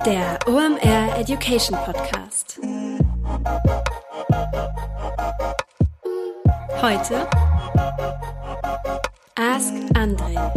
Der OMR Education Podcast. Heute Ask André.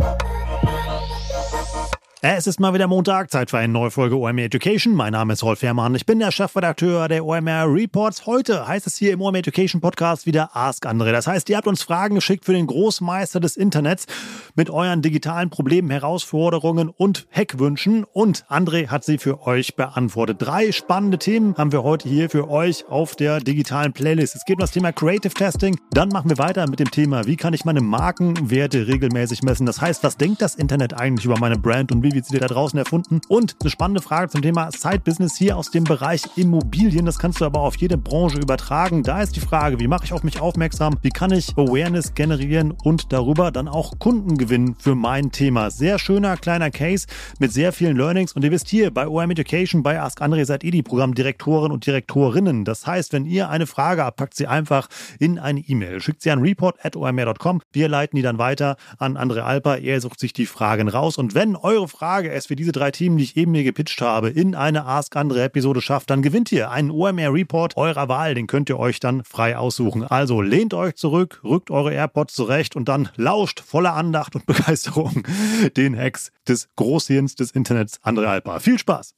Es ist mal wieder Montag, Zeit für eine neue Folge OMR Education. Mein Name ist Rolf Herrmann, ich bin der Chefredakteur der OMR Reports. Heute heißt es hier im OMR Education Podcast wieder Ask André. Das heißt, ihr habt uns Fragen geschickt für den Großmeister des Internets mit euren digitalen Problemen, Herausforderungen und Hackwünschen. Und André hat sie für euch beantwortet. 3 spannende Themen haben wir heute hier für euch auf der digitalen Playlist. Es geht um das Thema Creative Testing. Dann machen wir weiter mit dem Thema, wie kann ich meine Markenwerte regelmäßig messen? Das heißt, was denkt das Internet eigentlich über meine Brand und wie wird sie da draußen erfunden? Und eine spannende Frage zum Thema Side-Business hier aus dem Bereich Immobilien. Das kannst du aber auf jede Branche übertragen. Da ist die Frage, wie mache ich auf mich aufmerksam? Wie kann ich Awareness generieren und darüber dann auch Kunden gewinnen für mein Thema? Sehr schöner kleiner Case mit sehr vielen Learnings. Und ihr wisst hier bei OMR Education, bei Ask André seid ihr die Programmdirektoren und Direktorinnen. Das heißt, wenn ihr eine Frage habt, packt sie einfach in eine E-Mail. Schickt sie an report@omr.com. Wir leiten die dann weiter an André Alper. Er sucht sich die Fragen raus. Und wenn eure Frage es für diese 3 Themen, die ich eben mir gepitcht habe, in eine Ask André Episode schafft, dann gewinnt ihr einen OMR Report eurer Wahl. Den könnt ihr euch dann frei aussuchen. Also lehnt euch zurück, rückt eure AirPods zurecht und dann lauscht voller Andacht und Begeisterung den Hacks des Großhirns des Internets André Alper. Viel Spaß!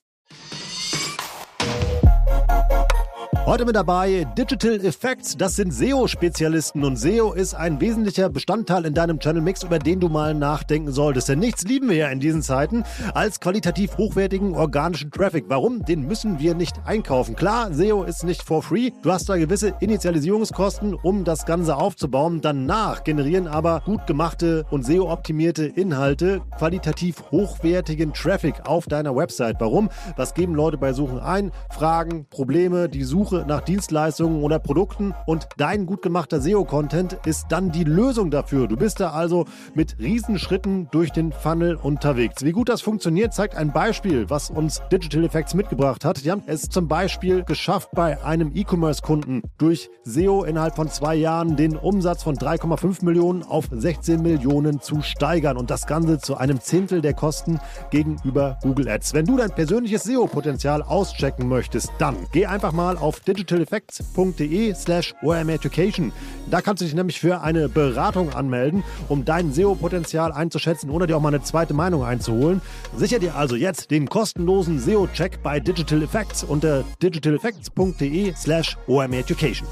Heute mit dabei Digital Effects, das sind SEO-Spezialisten und SEO ist ein wesentlicher Bestandteil in deinem Channel-Mix, über den du mal nachdenken solltest. Denn nichts lieben wir ja in diesen Zeiten als qualitativ hochwertigen organischen Traffic. Warum? Den müssen wir nicht einkaufen. Klar, SEO ist nicht for free. Du hast da gewisse Initialisierungskosten, um das Ganze aufzubauen. Danach generieren aber gut gemachte und SEO-optimierte Inhalte qualitativ hochwertigen Traffic auf deiner Website. Warum? Was geben Leute bei Suchen ein? Fragen, Probleme, die Suche nach Dienstleistungen oder Produkten und dein gut gemachter SEO-Content ist dann die Lösung dafür. Du bist da also mit Riesenschritten durch den Funnel unterwegs. Wie gut das funktioniert, zeigt ein Beispiel, was uns Digital Effects mitgebracht hat. Die haben es zum Beispiel geschafft, bei einem E-Commerce-Kunden durch SEO innerhalb von 2 Jahren den Umsatz von 3,5 Millionen auf 16 Millionen zu steigern und das Ganze zu einem Zehntel der Kosten gegenüber Google Ads. Wenn du dein persönliches SEO-Potenzial auschecken möchtest, dann geh einfach mal auf digitaleffects.de/OMR-Education. Da kannst du dich nämlich für eine Beratung anmelden, um dein SEO-Potenzial einzuschätzen oder dir auch mal eine zweite Meinung einzuholen. Sicher dir also jetzt den kostenlosen SEO-Check bei Digital Effects unter digitaleffects.de/OMR-Education.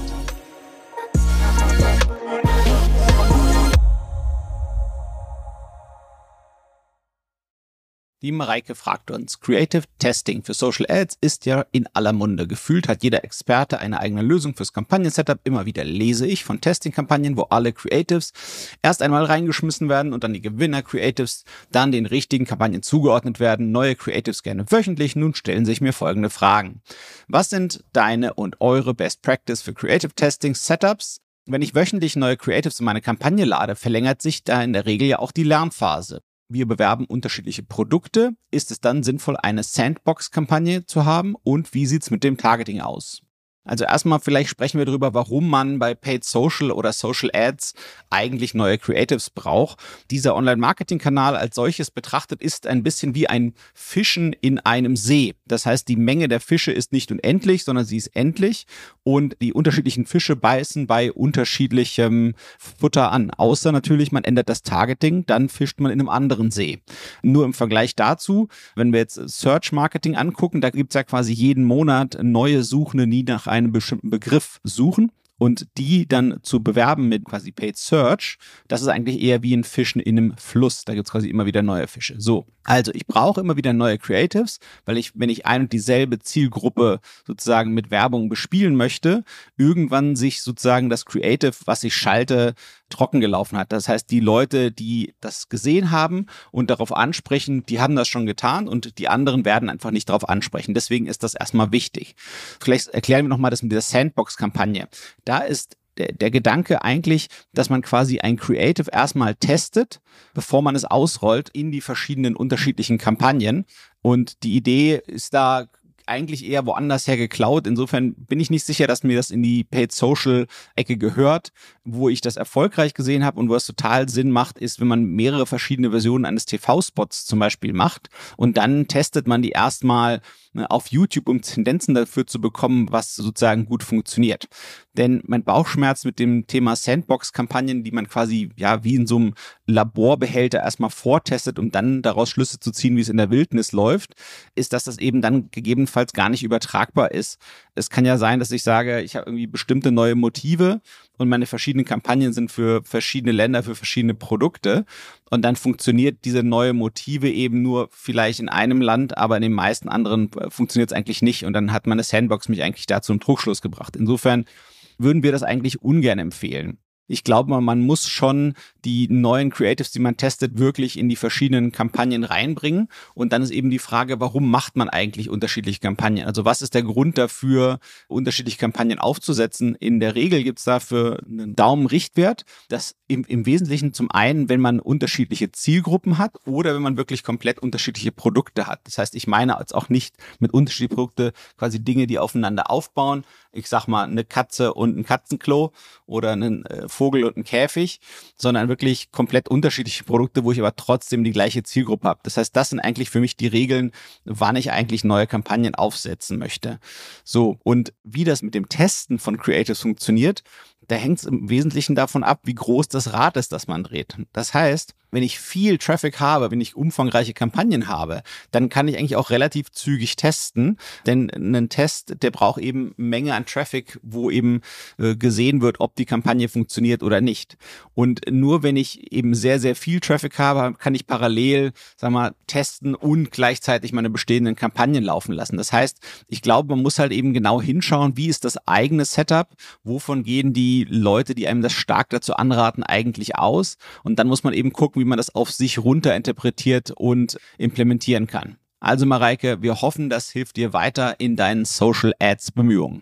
Die Mareike fragt uns, Creative Testing für Social Ads ist ja in aller Munde. Gefühlt hat jeder Experte eine eigene Lösung fürs Kampagnen-Setup. Immer wieder lese ich von Testing-Kampagnen, wo alle Creatives erst einmal reingeschmissen werden und dann die Gewinner-Creatives dann den richtigen Kampagnen zugeordnet werden. Neue Creatives gerne wöchentlich. Nun stellen sich mir folgende Fragen. Was sind deine und eure Best Practice für Creative Testing Setups? Wenn ich wöchentlich neue Creatives in meine Kampagne lade, verlängert sich da in der Regel ja auch die Lernphase. Wir bewerben unterschiedliche Produkte. Ist es dann sinnvoll, eine Sandbox-Kampagne zu haben? Und wie sieht's mit dem Targeting aus? Also erstmal vielleicht sprechen wir darüber, warum man bei Paid Social oder Social Ads eigentlich neue Creatives braucht. Dieser Online-Marketing-Kanal als solches betrachtet ist ein bisschen wie ein Fischen in einem See. Das heißt, die Menge der Fische ist nicht unendlich, sondern sie ist endlich und die unterschiedlichen Fische beißen bei unterschiedlichem Futter an. Außer natürlich, man ändert das Targeting, dann fischt man in einem anderen See. Nur im Vergleich dazu, wenn wir jetzt Search-Marketing angucken, da gibt es ja quasi jeden Monat neue Suchende, die nach einem bestimmten Begriff suchen und die dann zu bewerben mit quasi Paid Search, das ist eigentlich eher wie ein Fischen in einem Fluss. Da gibt es quasi immer wieder neue Fische. So, also ich brauche immer wieder neue Creatives, weil ich, wenn ich ein und dieselbe Zielgruppe sozusagen mit Werbung bespielen möchte, irgendwann sich sozusagen das Creative, was ich schalte, trocken gelaufen hat. Das heißt, die Leute, die das gesehen haben und darauf ansprechen, die haben das schon getan und die anderen werden einfach nicht darauf ansprechen. Deswegen ist das erstmal wichtig. Vielleicht erklären wir nochmal das mit dieser Sandbox-Kampagne. Da ist der Gedanke eigentlich, dass man quasi ein Creative erstmal testet, bevor man es ausrollt in die verschiedenen unterschiedlichen Kampagnen. Und die Idee ist da eigentlich eher woanders her geklaut. Insofern bin ich nicht sicher, dass mir das in die Paid-Social-Ecke gehört. Wo ich das erfolgreich gesehen habe und wo es total Sinn macht, ist, wenn man mehrere verschiedene Versionen eines TV-Spots zum Beispiel macht und dann testet man die erstmal auf YouTube, um Tendenzen dafür zu bekommen, was sozusagen gut funktioniert. Denn mein Bauchschmerz mit dem Thema Sandbox-Kampagnen, die man quasi ja wie in so einem Laborbehälter erstmal vortestet, um dann daraus Schlüsse zu ziehen, wie es in der Wildnis läuft, ist, dass das eben dann gegebenenfalls gar nicht übertragbar ist. Es kann ja sein, dass ich sage, ich habe irgendwie bestimmte neue Motive und meine verschiedenen Kampagnen sind für verschiedene Länder, für verschiedene Produkte. Und dann funktioniert diese neue Motive eben nur vielleicht in einem Land, aber in den meisten anderen funktioniert es eigentlich nicht. Und dann hat meine Sandbox mich eigentlich da zum Trugschluss gebracht. Insofern würden wir das eigentlich ungern empfehlen. Ich glaube, man muss schon die neuen Creatives, die man testet, wirklich in die verschiedenen Kampagnen reinbringen. Und dann ist eben die Frage, warum macht man eigentlich unterschiedliche Kampagnen? Also was ist der Grund dafür, unterschiedliche Kampagnen aufzusetzen? In der Regel gibt es dafür einen Daumenrichtwert, das im Wesentlichen zum einen, wenn man unterschiedliche Zielgruppen hat oder wenn man wirklich komplett unterschiedliche Produkte hat. Das heißt, ich meine jetzt auch nicht mit unterschiedlichen Produkten quasi Dinge, die aufeinander aufbauen. Ich sag mal eine Katze und ein Katzenklo oder einen Vogel und ein Käfig, sondern wirklich komplett unterschiedliche Produkte, wo ich aber trotzdem die gleiche Zielgruppe habe. Das heißt, das sind eigentlich für mich die Regeln, wann ich eigentlich neue Kampagnen aufsetzen möchte. So, und wie das mit dem Testen von Creatives funktioniert, da hängt es im Wesentlichen davon ab, wie groß das Rad ist, das man dreht. Das heißt, wenn ich viel Traffic habe, wenn ich umfangreiche Kampagnen habe, dann kann ich eigentlich auch relativ zügig testen, denn ein Test, der braucht eben Menge an Traffic, wo eben gesehen wird, ob die Kampagne funktioniert oder nicht. Und nur wenn ich eben sehr, sehr viel Traffic habe, kann ich parallel, testen und gleichzeitig meine bestehenden Kampagnen laufen lassen. Das heißt, ich glaube, man muss halt eben genau hinschauen, wie ist das eigene Setup, wovon gehen die Leute, die einem das stark dazu anraten, eigentlich aus, und dann muss man eben gucken, wie man das auf sich runter interpretiert und implementieren kann. Also Mareike, wir hoffen, das hilft dir weiter in deinen Social Ads Bemühungen.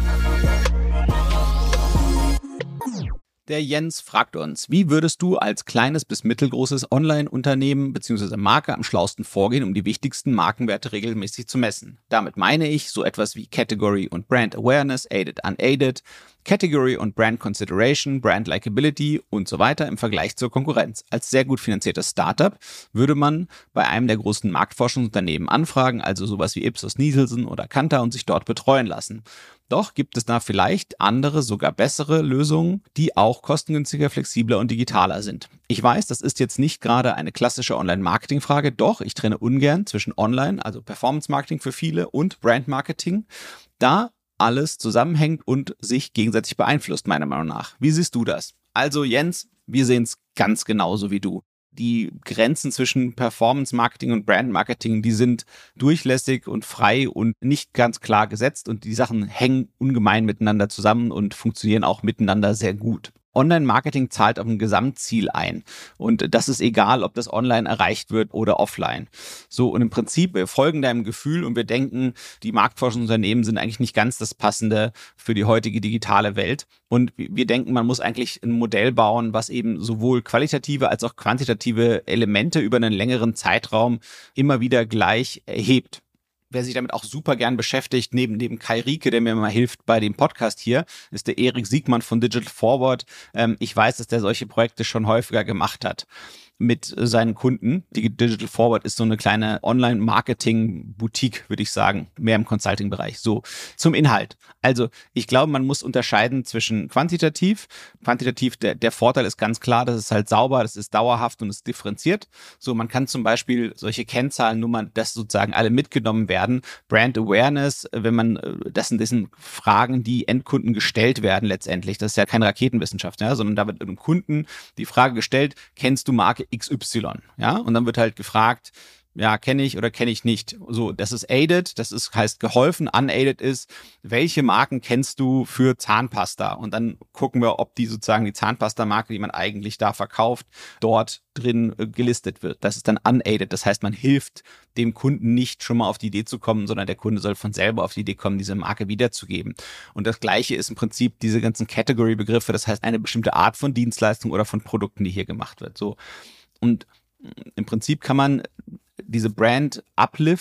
Der Jens fragt uns, wie würdest du als kleines bis mittelgroßes Online-Unternehmen bzw. Marke am schlausten vorgehen, um die wichtigsten Markenwerte regelmäßig zu messen? Damit meine ich so etwas wie Category und Brand Awareness, Aided, Unaided, Category und Brand Consideration, Brand Likability und so weiter im Vergleich zur Konkurrenz. Als sehr gut finanziertes Startup würde man bei einem der großen Marktforschungsunternehmen anfragen, also sowas wie Ipsos Nielsen oder Kantar, und sich dort betreuen lassen. Doch gibt es da vielleicht andere, sogar bessere Lösungen, die auch kostengünstiger, flexibler und digitaler sind. Ich weiß, das ist jetzt nicht gerade eine klassische Online-Marketing-Frage, doch ich trenne ungern zwischen Online, also Performance-Marketing für viele, und Brand-Marketing, da alles zusammenhängt und sich gegenseitig beeinflusst, meiner Meinung nach. Wie siehst du das? Also Jens, wir sehen es ganz genauso wie du. Die Grenzen zwischen Performance-Marketing und Brand-Marketing, die sind durchlässig und frei und nicht ganz klar gesetzt, und die Sachen hängen ungemein miteinander zusammen und funktionieren auch miteinander sehr gut. Online-Marketing zahlt auf ein Gesamtziel ein, und das ist egal, ob das online erreicht wird oder offline. So, und im Prinzip, wir folgen deinem Gefühl und wir denken, die Marktforschungsunternehmen sind eigentlich nicht ganz das Passende für die heutige digitale Welt, und wir denken, man muss eigentlich ein Modell bauen, was eben sowohl qualitative als auch quantitative Elemente über einen längeren Zeitraum immer wieder gleich erhebt. Wer sich damit auch super gern beschäftigt, neben Kai Rieke, der mir mal hilft bei dem Podcast hier, ist der Erik Siegmann von Digital Forward. Ich weiß, dass der solche Projekte schon häufiger gemacht hat mit seinen Kunden. Die Digital Forward ist so eine kleine Online-Marketing-Boutique, würde ich sagen, mehr im Consulting-Bereich. So, zum Inhalt. Also, ich glaube, man muss unterscheiden zwischen quantitativ. Quantitativ, der Vorteil ist ganz klar, das ist halt sauber, das ist dauerhaft und es ist differenziert. So, man kann zum Beispiel solche Kennzahlennummern, dass sozusagen alle mitgenommen werden. Brand Awareness, wenn man, das sind Fragen, die Endkunden gestellt werden letztendlich. Das ist ja keine Raketenwissenschaft, ja, sondern da wird einem Kunden die Frage gestellt, kennst du Marke XY, ja, und dann wird halt gefragt, ja, kenne ich oder kenne ich nicht. So, das ist aided, heißt geholfen. Unaided ist, welche Marken kennst du für Zahnpasta? Und dann gucken wir, ob die sozusagen die Zahnpasta-Marke, die man eigentlich da verkauft, dort drin gelistet wird. Das ist dann unaided. Das heißt, man hilft dem Kunden nicht schon mal auf die Idee zu kommen, sondern der Kunde soll von selber auf die Idee kommen, diese Marke wiederzugeben. Und das Gleiche ist im Prinzip diese ganzen Category-Begriffe. Das heißt, eine bestimmte Art von Dienstleistung oder von Produkten, die hier gemacht wird. So. Und im Prinzip kann man diese Brand Uplift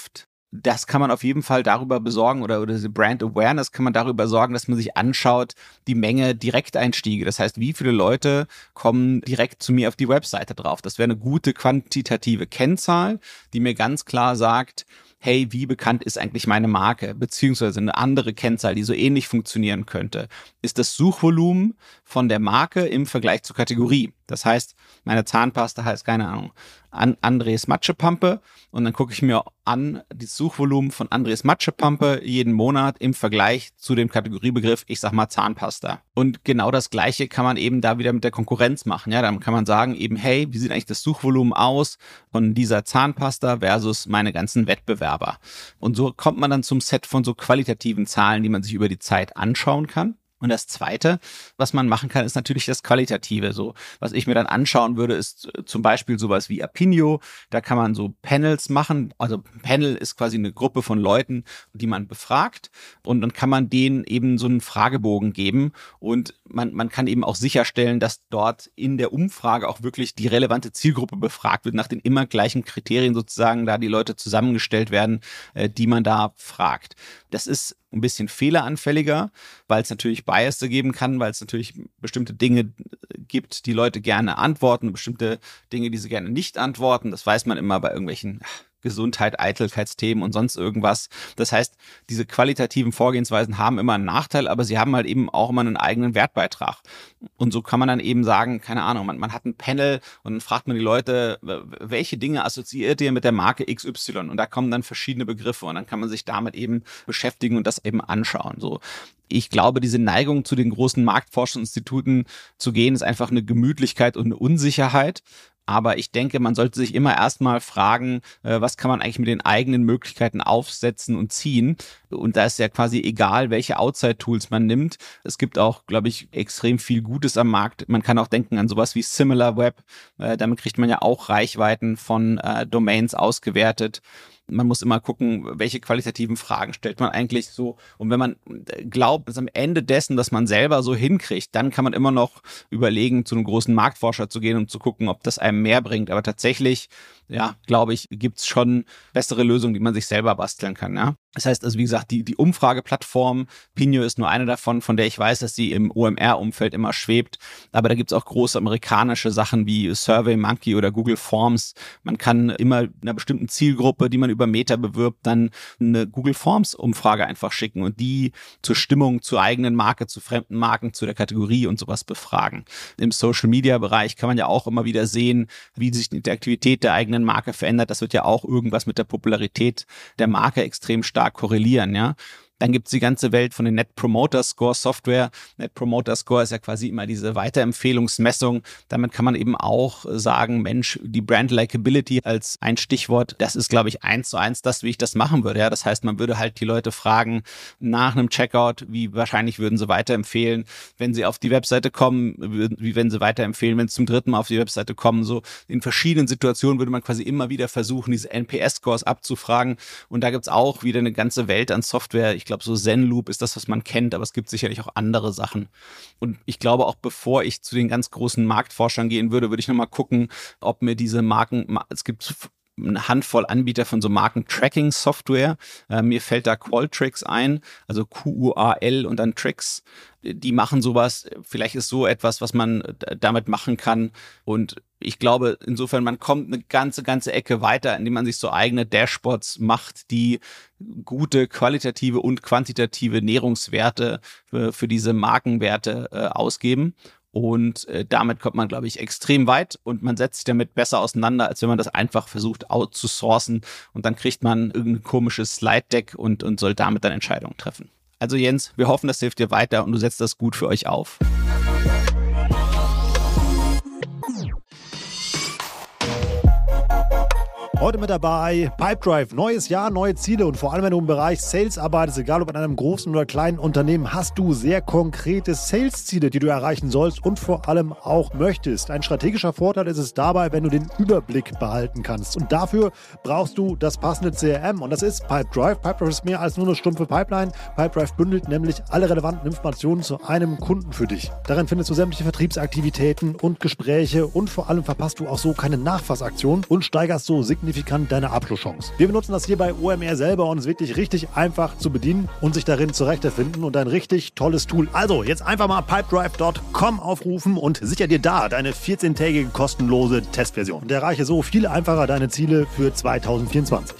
das kann man auf jeden Fall darüber besorgen oder diese Brand Awareness kann man darüber sorgen, dass man sich anschaut, die Menge Direkteinstiege. Das heißt, wie viele Leute kommen direkt zu mir auf die Webseite drauf. Das wäre eine gute quantitative Kennzahl, die mir ganz klar sagt, hey, wie bekannt ist eigentlich meine Marke? Beziehungsweise eine andere Kennzahl, die so ähnlich funktionieren könnte, ist das Suchvolumen von der Marke im Vergleich zur Kategorie. Das heißt, meine Zahnpasta heißt, keine Ahnung, Andres Matschepampe und dann gucke ich mir an das Suchvolumen von Andres Matschepampe jeden Monat im Vergleich zu dem Kategoriebegriff, ich sag mal Zahnpasta. Und genau das Gleiche kann man eben da wieder mit der Konkurrenz machen. Ja, dann kann man sagen eben, hey, wie sieht eigentlich das Suchvolumen aus von dieser Zahnpasta versus meine ganzen Wettbewerber? Und so kommt man dann zum Set von so qualitativen Zahlen, die man sich über die Zeit anschauen kann. Und das Zweite, was man machen kann, ist natürlich das Qualitative. So, was ich mir dann anschauen würde, ist zum Beispiel sowas wie Apinio. Da kann man so Panels machen. Also Panel ist quasi eine Gruppe von Leuten, die man befragt. Und dann kann man denen eben so einen Fragebogen geben. Und man kann eben auch sicherstellen, dass dort in der Umfrage auch wirklich die relevante Zielgruppe befragt wird, nach den immer gleichen Kriterien sozusagen, da die Leute zusammengestellt werden, die man da fragt. Das ist ein bisschen fehleranfälliger, weil es natürlich Bias geben kann, weil es natürlich bestimmte Dinge gibt, die Leute gerne antworten, bestimmte Dinge, die sie gerne nicht antworten. Das weiß man immer bei irgendwelchen Gesundheit, Eitelkeitsthemen und sonst irgendwas. Das heißt, diese qualitativen Vorgehensweisen haben immer einen Nachteil, aber sie haben halt eben auch immer einen eigenen Wertbeitrag. Und so kann man dann eben sagen, keine Ahnung, man hat ein Panel und dann fragt man die Leute, welche Dinge assoziiert ihr mit der Marke XY? Und da kommen dann verschiedene Begriffe und dann kann man sich damit eben beschäftigen und das eben anschauen. So. Ich glaube, diese Neigung zu den großen Marktforschungsinstituten zu gehen, ist einfach eine Gemütlichkeit und eine Unsicherheit. Aber ich denke, man sollte sich immer erstmal fragen, was kann man eigentlich mit den eigenen Möglichkeiten aufsetzen und ziehen. Und da ist ja quasi egal, welche Outside-Tools man nimmt. Es gibt auch, glaube ich, extrem viel Gutes am Markt. Man kann auch denken an sowas wie SimilarWeb. Damit kriegt man ja auch Reichweiten von Domains ausgewertet. Man muss immer gucken, welche qualitativen Fragen stellt man eigentlich so. Und wenn man glaubt, dass am Ende dessen, dass man selber so hinkriegt, dann kann man immer noch überlegen, zu einem großen Marktforscher zu gehen und zu gucken, ob das einem mehr bringt. Aber tatsächlich, ja, glaube ich, gibt's schon bessere Lösungen, die man sich selber basteln kann, ja. Das heißt also, wie gesagt, die Umfrageplattform, Pinio ist nur eine davon, von der ich weiß, dass sie im OMR-Umfeld immer schwebt. Aber da gibt's auch große amerikanische Sachen wie SurveyMonkey oder Google Forms. Man kann immer einer bestimmten Zielgruppe, die man über Meta bewirbt, dann eine Google Forms-Umfrage einfach schicken und die zur Stimmung, zur eigenen Marke, zu fremden Marken, zu der Kategorie und sowas befragen. Im Social-Media-Bereich kann man ja auch immer wieder sehen, wie sich die Interaktivität der eigenen Marke verändert. Das wird ja auch irgendwas mit der Popularität der Marke extrem stark korrelieren, ja. Dann gibt's die ganze Welt von den Net Promoter Score Software. Net Promoter Score ist ja quasi immer diese Weiterempfehlungsmessung. Damit kann man eben auch sagen, Mensch, die Brand Likability als ein Stichwort, das ist, glaube ich, 1:1 das, wie ich das machen würde. Ja, das heißt, man würde halt die Leute fragen nach einem Checkout, wie wahrscheinlich würden sie weiterempfehlen, wenn sie auf die Webseite kommen, wie wenn sie weiterempfehlen, wenn sie zum dritten Mal auf die Webseite kommen. So in verschiedenen Situationen würde man quasi immer wieder versuchen, diese NPS-Scores abzufragen. Und da gibt's auch wieder eine ganze Welt an Software. Ich glaube, so Zenloop ist das, was man kennt, aber es gibt sicherlich auch andere Sachen. Und ich glaube, auch bevor ich zu den ganz großen Marktforschern gehen würde, würde ich nochmal gucken, ob mir diese Marken, es gibt eine Handvoll Anbieter von so Marken-Tracking-Software. Mir fällt da Qualtrics ein, also QUAL und dann Tricks. Die machen sowas. Vielleicht ist so etwas, was man damit machen kann. Und ich glaube, insofern, man kommt eine ganze Ecke weiter, indem man sich so eigene Dashboards macht, die gute qualitative und quantitative Nährungswerte für diese Markenwerte ausgeben. Und damit kommt man, glaube ich, extrem weit und man setzt sich damit besser auseinander, als wenn man das einfach versucht outzusourcen und dann kriegt man irgendein komisches Slide-Deck und soll damit dann Entscheidungen treffen. Also Jens, wir hoffen, das hilft dir weiter und du setzt das gut für euch auf. Heute mit dabei Pipedrive, neues Jahr, neue Ziele und vor allem, wenn du im Bereich Sales arbeitest, egal ob in einem großen oder kleinen Unternehmen, hast du sehr konkrete Sales-Ziele, die du erreichen sollst und vor allem auch möchtest. Ein strategischer Vorteil ist es dabei, wenn du den Überblick behalten kannst und dafür brauchst du das passende CRM und das ist Pipedrive. Pipedrive ist mehr als nur eine stumpfe Pipeline. Pipedrive bündelt nämlich alle relevanten Informationen zu einem Kunden für dich. Darin findest du sämtliche Vertriebsaktivitäten und Gespräche und vor allem verpasst du auch so keine Nachfassaktion und steigerst so signifikant signifikant deine Abschlusschance. Wir benutzen das hier bei OMR selber und es ist wirklich richtig einfach zu bedienen und sich darin zurechtzufinden und ein richtig tolles Tool. Also jetzt einfach mal pipedrive.com aufrufen und sicher dir da deine 14-tägige kostenlose Testversion und erreiche so viel einfacher deine Ziele für 2024.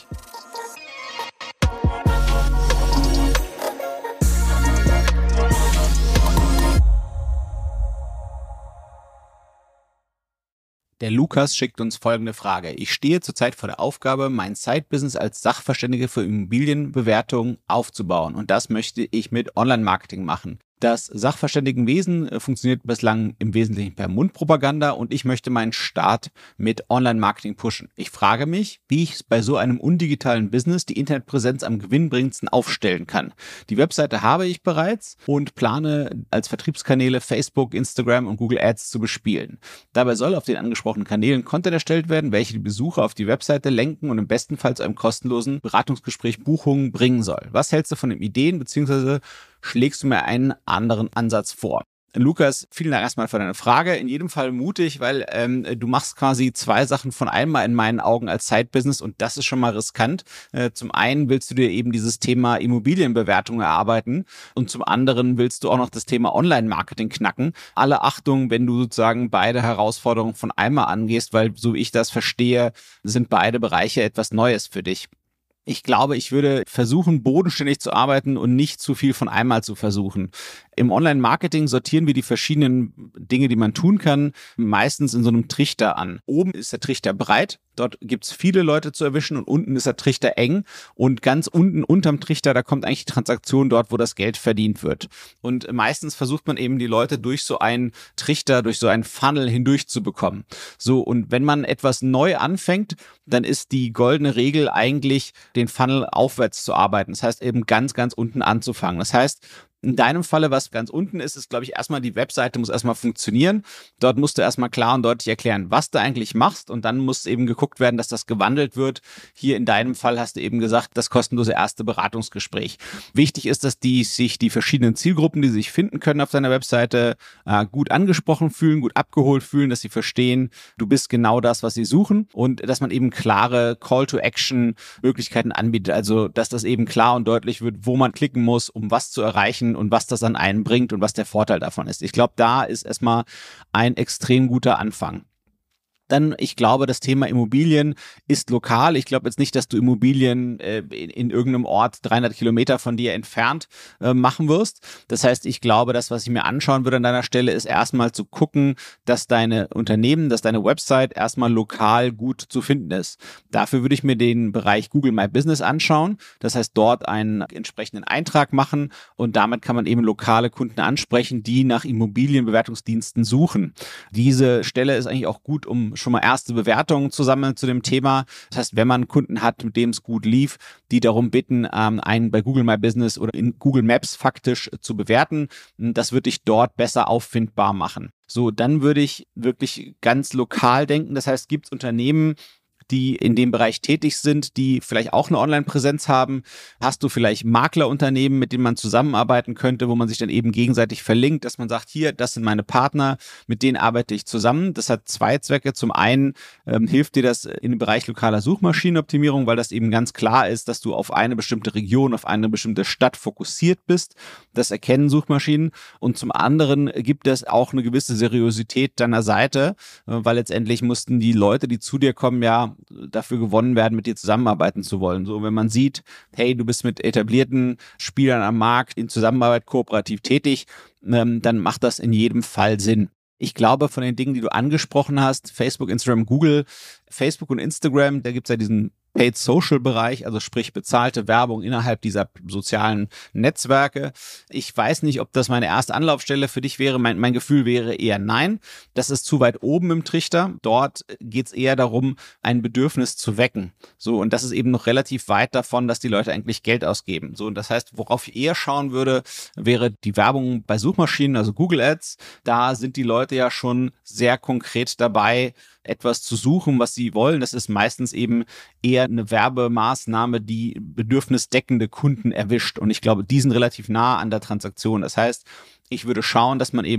Der Lukas schickt uns folgende Frage. Ich stehe zurzeit vor der Aufgabe, mein Side-Business als Sachverständige für Immobilienbewertung aufzubauen. Und das möchte ich mit Online-Marketing machen. Das Sachverständigenwesen funktioniert bislang im Wesentlichen per Mundpropaganda und ich möchte meinen Start mit Online-Marketing pushen. Ich frage mich, wie ich bei so einem undigitalen Business die Internetpräsenz am gewinnbringendsten aufstellen kann. Die Webseite habe ich bereits und plane als Vertriebskanäle Facebook, Instagram und Google Ads zu bespielen. Dabei soll auf den angesprochenen Kanälen Content erstellt werden, welche die Besucher auf die Webseite lenken und im besten Fall zu einem kostenlosen Beratungsgespräch Buchungen bringen soll. Was hältst du von den Ideen bzw. schlägst du mir einen anderen Ansatz vor? Lukas, vielen Dank erstmal für deine Frage. In jedem Fall mutig, weil du machst quasi zwei Sachen von einmal in meinen Augen als Side-Business und das ist schon mal riskant. Zum einen willst du dir eben dieses Thema Immobilienbewertung erarbeiten und zum anderen willst du auch noch das Thema Online-Marketing knacken. Alle Achtung, wenn du sozusagen beide Herausforderungen von einmal angehst, weil so wie ich das verstehe, sind beide Bereiche etwas Neues für dich. Ich glaube, ich würde versuchen, bodenständig zu arbeiten und nicht zu viel von einmal zu versuchen. Im Online-Marketing sortieren wir die verschiedenen Dinge, die man tun kann, meistens in so einem Trichter an. Oben ist der Trichter breit, dort gibt's viele Leute zu erwischen und unten ist der Trichter eng und ganz unten unterm Trichter, da kommt eigentlich die Transaktion dort, wo das Geld verdient wird. Und meistens versucht man eben die Leute durch so einen Trichter, durch so einen Funnel hindurch zu bekommen. So, und wenn man etwas neu anfängt, dann ist die goldene Regel eigentlich, den Funnel aufwärts zu arbeiten. Das heißt eben ganz, ganz unten anzufangen. Das heißt, in deinem Falle, was ganz unten ist, glaube ich, erstmal die Webseite muss erstmal funktionieren. Dort musst du erstmal klar und deutlich erklären, was du eigentlich machst und dann muss eben geguckt werden, dass das gewandelt wird. Hier in deinem Fall hast du eben gesagt, das kostenlose erste Beratungsgespräch. Wichtig ist, dass sich die verschiedenen Zielgruppen, die sich finden können auf deiner Webseite, gut angesprochen fühlen, gut abgeholt fühlen, dass sie verstehen, du bist genau das, was sie suchen und dass man eben klare Call-to-Action-Möglichkeiten anbietet. Also, dass das eben klar und deutlich wird, wo man klicken muss, um was zu erreichen und was das an einen bringt und was der Vorteil davon ist. Ich glaube, da ist erstmal ein extrem guter Anfang. Dann, ich glaube, das Thema Immobilien ist lokal. Ich glaube jetzt nicht, dass du Immobilien in irgendeinem Ort 300 Kilometer von dir entfernt machen wirst. Das heißt, ich glaube, das, was ich mir anschauen würde an deiner Stelle, ist erstmal zu gucken, dass deine Unternehmen, dass deine Website erstmal lokal gut zu finden ist. Dafür würde ich mir den Bereich Google My Business anschauen. Das heißt, dort einen entsprechenden Eintrag machen und damit kann man eben lokale Kunden ansprechen, die nach Immobilienbewertungsdiensten suchen. Diese Stelle ist eigentlich auch gut, um schon mal erste Bewertungen zu sammeln zu dem Thema. Das heißt, wenn man Kunden hat, mit dem es gut lief, die darum bitten, einen bei Google My Business oder in Google Maps faktisch zu bewerten, das würde ich dort besser auffindbar machen. So, dann würde ich wirklich ganz lokal denken. Das heißt, gibt es Unternehmen, die in dem Bereich tätig sind, die vielleicht auch eine Online-Präsenz haben? Hast du vielleicht Maklerunternehmen, mit denen man zusammenarbeiten könnte, wo man sich dann eben gegenseitig verlinkt, dass man sagt, hier, das sind meine Partner, mit denen arbeite ich zusammen. Das hat zwei Zwecke. Zum einen hilft dir das in dem Bereich lokaler Suchmaschinenoptimierung, weil das eben ganz klar ist, dass du auf eine bestimmte Region, auf eine bestimmte Stadt fokussiert bist. Das erkennen Suchmaschinen. Und zum anderen gibt es auch eine gewisse Seriosität deiner Seite, weil letztendlich mussten die Leute, die zu dir kommen, ja dafür gewonnen werden, mit dir zusammenarbeiten zu wollen. So, wenn man sieht, hey, du bist mit etablierten Spielern am Markt in Zusammenarbeit kooperativ tätig, dann macht das in jedem Fall Sinn. Ich glaube, von den Dingen, die du angesprochen hast, Facebook, Instagram, Google, Facebook und Instagram, da gibt es ja diesen Paid-Social-Bereich, also sprich bezahlte Werbung innerhalb dieser sozialen Netzwerke. Ich weiß nicht, ob das meine erste Anlaufstelle für dich wäre. Mein Gefühl wäre eher nein. Das ist zu weit oben im Trichter. Dort geht es eher darum, ein Bedürfnis zu wecken. So, und das ist eben noch relativ weit davon, dass die Leute eigentlich Geld ausgeben. So, und das heißt, worauf ich eher schauen würde, wäre die Werbung bei Suchmaschinen, also Google Ads. Da sind die Leute ja schon sehr konkret dabei, etwas zu suchen, was sie wollen. Das ist meistens eben eher eine Werbemaßnahme, die bedürfnisdeckende Kunden erwischt. Und ich glaube, die sind relativ nah an der Transaktion. Das heißt, ich würde schauen, dass man eben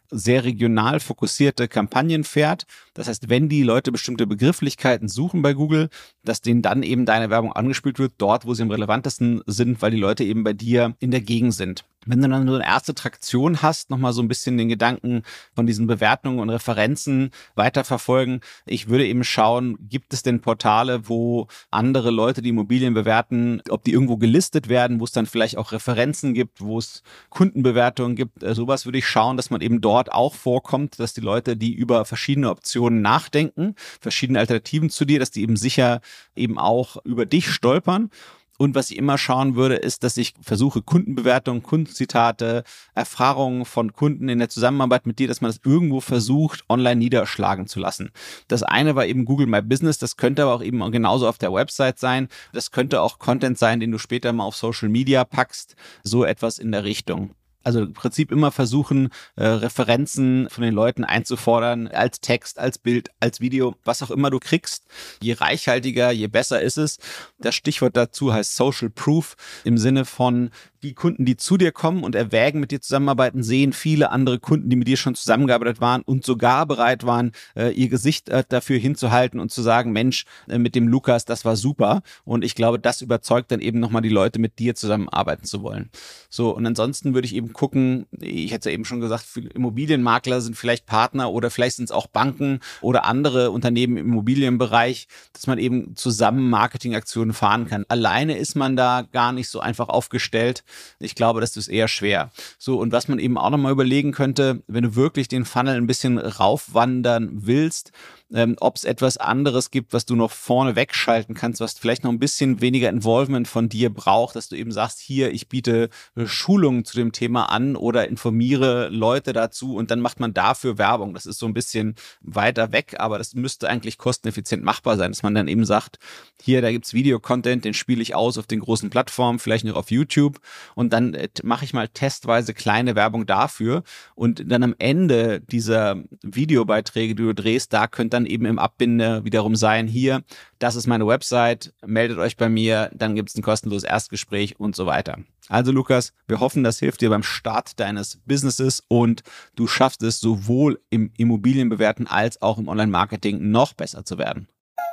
sehr regional fokussierte Kampagnen fährt. Das heißt, wenn die Leute bestimmte Begrifflichkeiten suchen bei Google, dass denen dann eben deine Werbung angespielt wird, dort, wo sie am relevantesten sind, weil die Leute eben bei dir in der Gegend sind. Wenn du dann so eine erste Traktion hast, nochmal so ein bisschen den Gedanken von diesen Bewertungen und Referenzen weiterverfolgen. Ich würde eben schauen, gibt es denn Portale, wo andere Leute die Immobilien bewerten, ob die irgendwo gelistet werden, wo es dann vielleicht auch Referenzen gibt, wo es Kundenbewertungen gibt. Sowas würde ich schauen, dass man eben dort auch vorkommt, dass die Leute, die über verschiedene Optionen nachdenken, verschiedene Alternativen zu dir, dass die eben sicher eben auch über dich stolpern. Und was ich immer schauen würde, ist, dass ich versuche, Kundenbewertungen, Kundenzitate, Erfahrungen von Kunden in der Zusammenarbeit mit dir, dass man das irgendwo versucht, online niederschlagen zu lassen. Das eine war eben Google My Business, das könnte aber auch eben genauso auf der Website sein. Das könnte auch Content sein, den du später mal auf Social Media packst, so etwas in der Richtung. Also im Prinzip immer versuchen, Referenzen von den Leuten einzufordern, als Text, als Bild, als Video, was auch immer du kriegst. Je reichhaltiger, je besser ist es. Das Stichwort dazu heißt Social Proof im Sinne von, die Kunden, die zu dir kommen und erwägen, mit dir zusammenarbeiten, sehen viele andere Kunden, die mit dir schon zusammengearbeitet waren und sogar bereit waren, ihr Gesicht dafür hinzuhalten und zu sagen, Mensch, mit dem Lukas, das war super. Und ich glaube, das überzeugt dann eben nochmal die Leute, mit dir zusammenarbeiten zu wollen. So, und ansonsten würde ich eben gucken, ich hätte ja eben schon gesagt, Immobilienmakler sind vielleicht Partner oder vielleicht sind es auch Banken oder andere Unternehmen im Immobilienbereich, dass man eben zusammen Marketingaktionen fahren kann. Alleine ist man da gar nicht so einfach aufgestellt. Ich glaube, das ist eher schwer. So, und was man eben auch nochmal überlegen könnte, wenn du wirklich den Funnel ein bisschen raufwandern willst, ob es etwas anderes gibt, was du noch vorne wegschalten kannst, was vielleicht noch ein bisschen weniger Involvement von dir braucht, dass du eben sagst, hier, ich biete Schulungen zu dem Thema an oder informiere Leute dazu und dann macht man dafür Werbung. Das ist so ein bisschen weiter weg, aber das müsste eigentlich kosteneffizient machbar sein, dass man dann eben sagt, hier, da gibt's Videocontent, den spiele ich aus auf den großen Plattformen, vielleicht noch auf YouTube und dann mache ich mal testweise kleine Werbung dafür und dann am Ende dieser Videobeiträge, die du drehst, da könnte dann eben im Abbinder wiederum sein, hier, das ist meine Website, meldet euch bei mir, dann gibt es ein kostenloses Erstgespräch und so weiter. Also Lukas, wir hoffen, das hilft dir beim Start deines Businesses und du schaffst es sowohl im Immobilienbewerten als auch im Online-Marketing noch besser zu werden.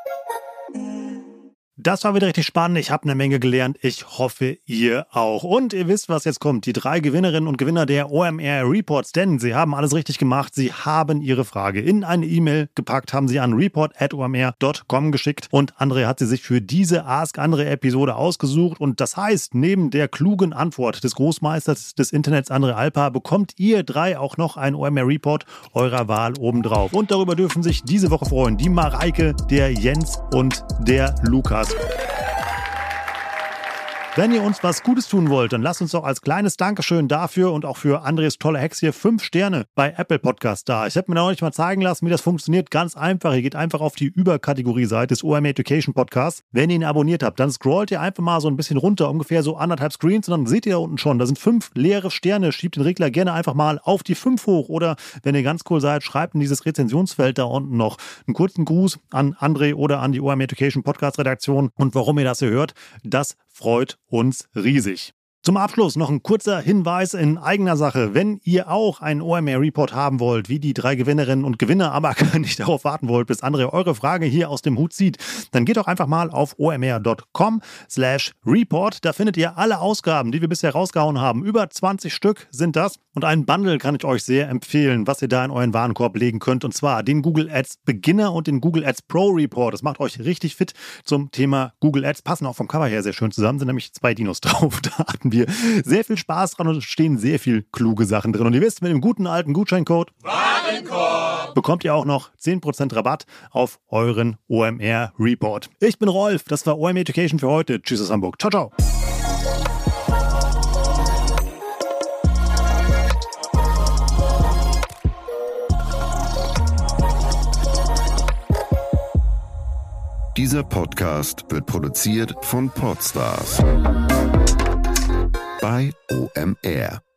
Das war wieder richtig spannend. Ich habe eine Menge gelernt. Ich hoffe, ihr auch. Und ihr wisst, was jetzt kommt. Die 3 Gewinnerinnen und Gewinner der OMR Reports, denn sie haben alles richtig gemacht. Sie haben ihre Frage in eine E-Mail gepackt, haben sie an report@omr.com geschickt und André hat sie sich für diese Ask André Episode ausgesucht. Und das heißt, neben der klugen Antwort des Großmeisters des Internets André Alpa bekommt ihr 3 auch noch einen OMR Report eurer Wahl obendrauf. Und darüber dürfen sich diese Woche freuen die Mareike, der Jens und der Lukas. Wenn ihr uns was Gutes tun wollt, dann lasst uns doch als kleines Dankeschön dafür und auch für Andres tolle Hacks hier 5 Sterne bei Apple Podcast da. Ich habe mir neulich mal zeigen lassen, wie das funktioniert. Ganz einfach. Ihr geht einfach auf die Überkategorie-Seite des OMR Education Podcasts. Wenn ihr ihn abonniert habt, dann scrollt ihr einfach mal so ein bisschen runter, ungefähr so 1,5 Screens und dann seht ihr da unten schon, da sind 5 leere Sterne. Schiebt den Regler gerne einfach mal auf die 5 hoch oder wenn ihr ganz cool seid, schreibt in dieses Rezensionsfeld da unten noch einen kurzen Gruß an André oder an die OMR Education Podcast Redaktion und warum ihr das hier hört, das freut uns riesig. Zum Abschluss noch ein kurzer Hinweis in eigener Sache. Wenn ihr auch einen OMR-Report haben wollt, wie die 3 Gewinnerinnen und Gewinner, aber nicht darauf warten wollt, bis André eure Frage hier aus dem Hut zieht, dann geht doch einfach mal auf omr.com/report. Da findet ihr alle Ausgaben, die wir bisher rausgehauen haben. Über 20 Stück sind das. Und ein Bundle kann ich euch sehr empfehlen, was ihr da in euren Warenkorb legen könnt. Und zwar den Google Ads Beginner und den Google Ads Pro Report. Das macht euch richtig fit zum Thema Google Ads. Passen auch vom Cover her sehr schön zusammen. Sind nämlich 2 Dinos drauf. Da hatten wir sehr viel Spaß dran und stehen sehr viel kluge Sachen drin. Und ihr wisst, mit dem guten alten Gutscheincode Warenkorb bekommt ihr auch noch 10% Rabatt auf euren OMR Report. Ich bin Rolf. Das war OMR Education für heute. Tschüss aus Hamburg. Ciao, ciao. Dieser Podcast wird produziert von Podstars bei OMR.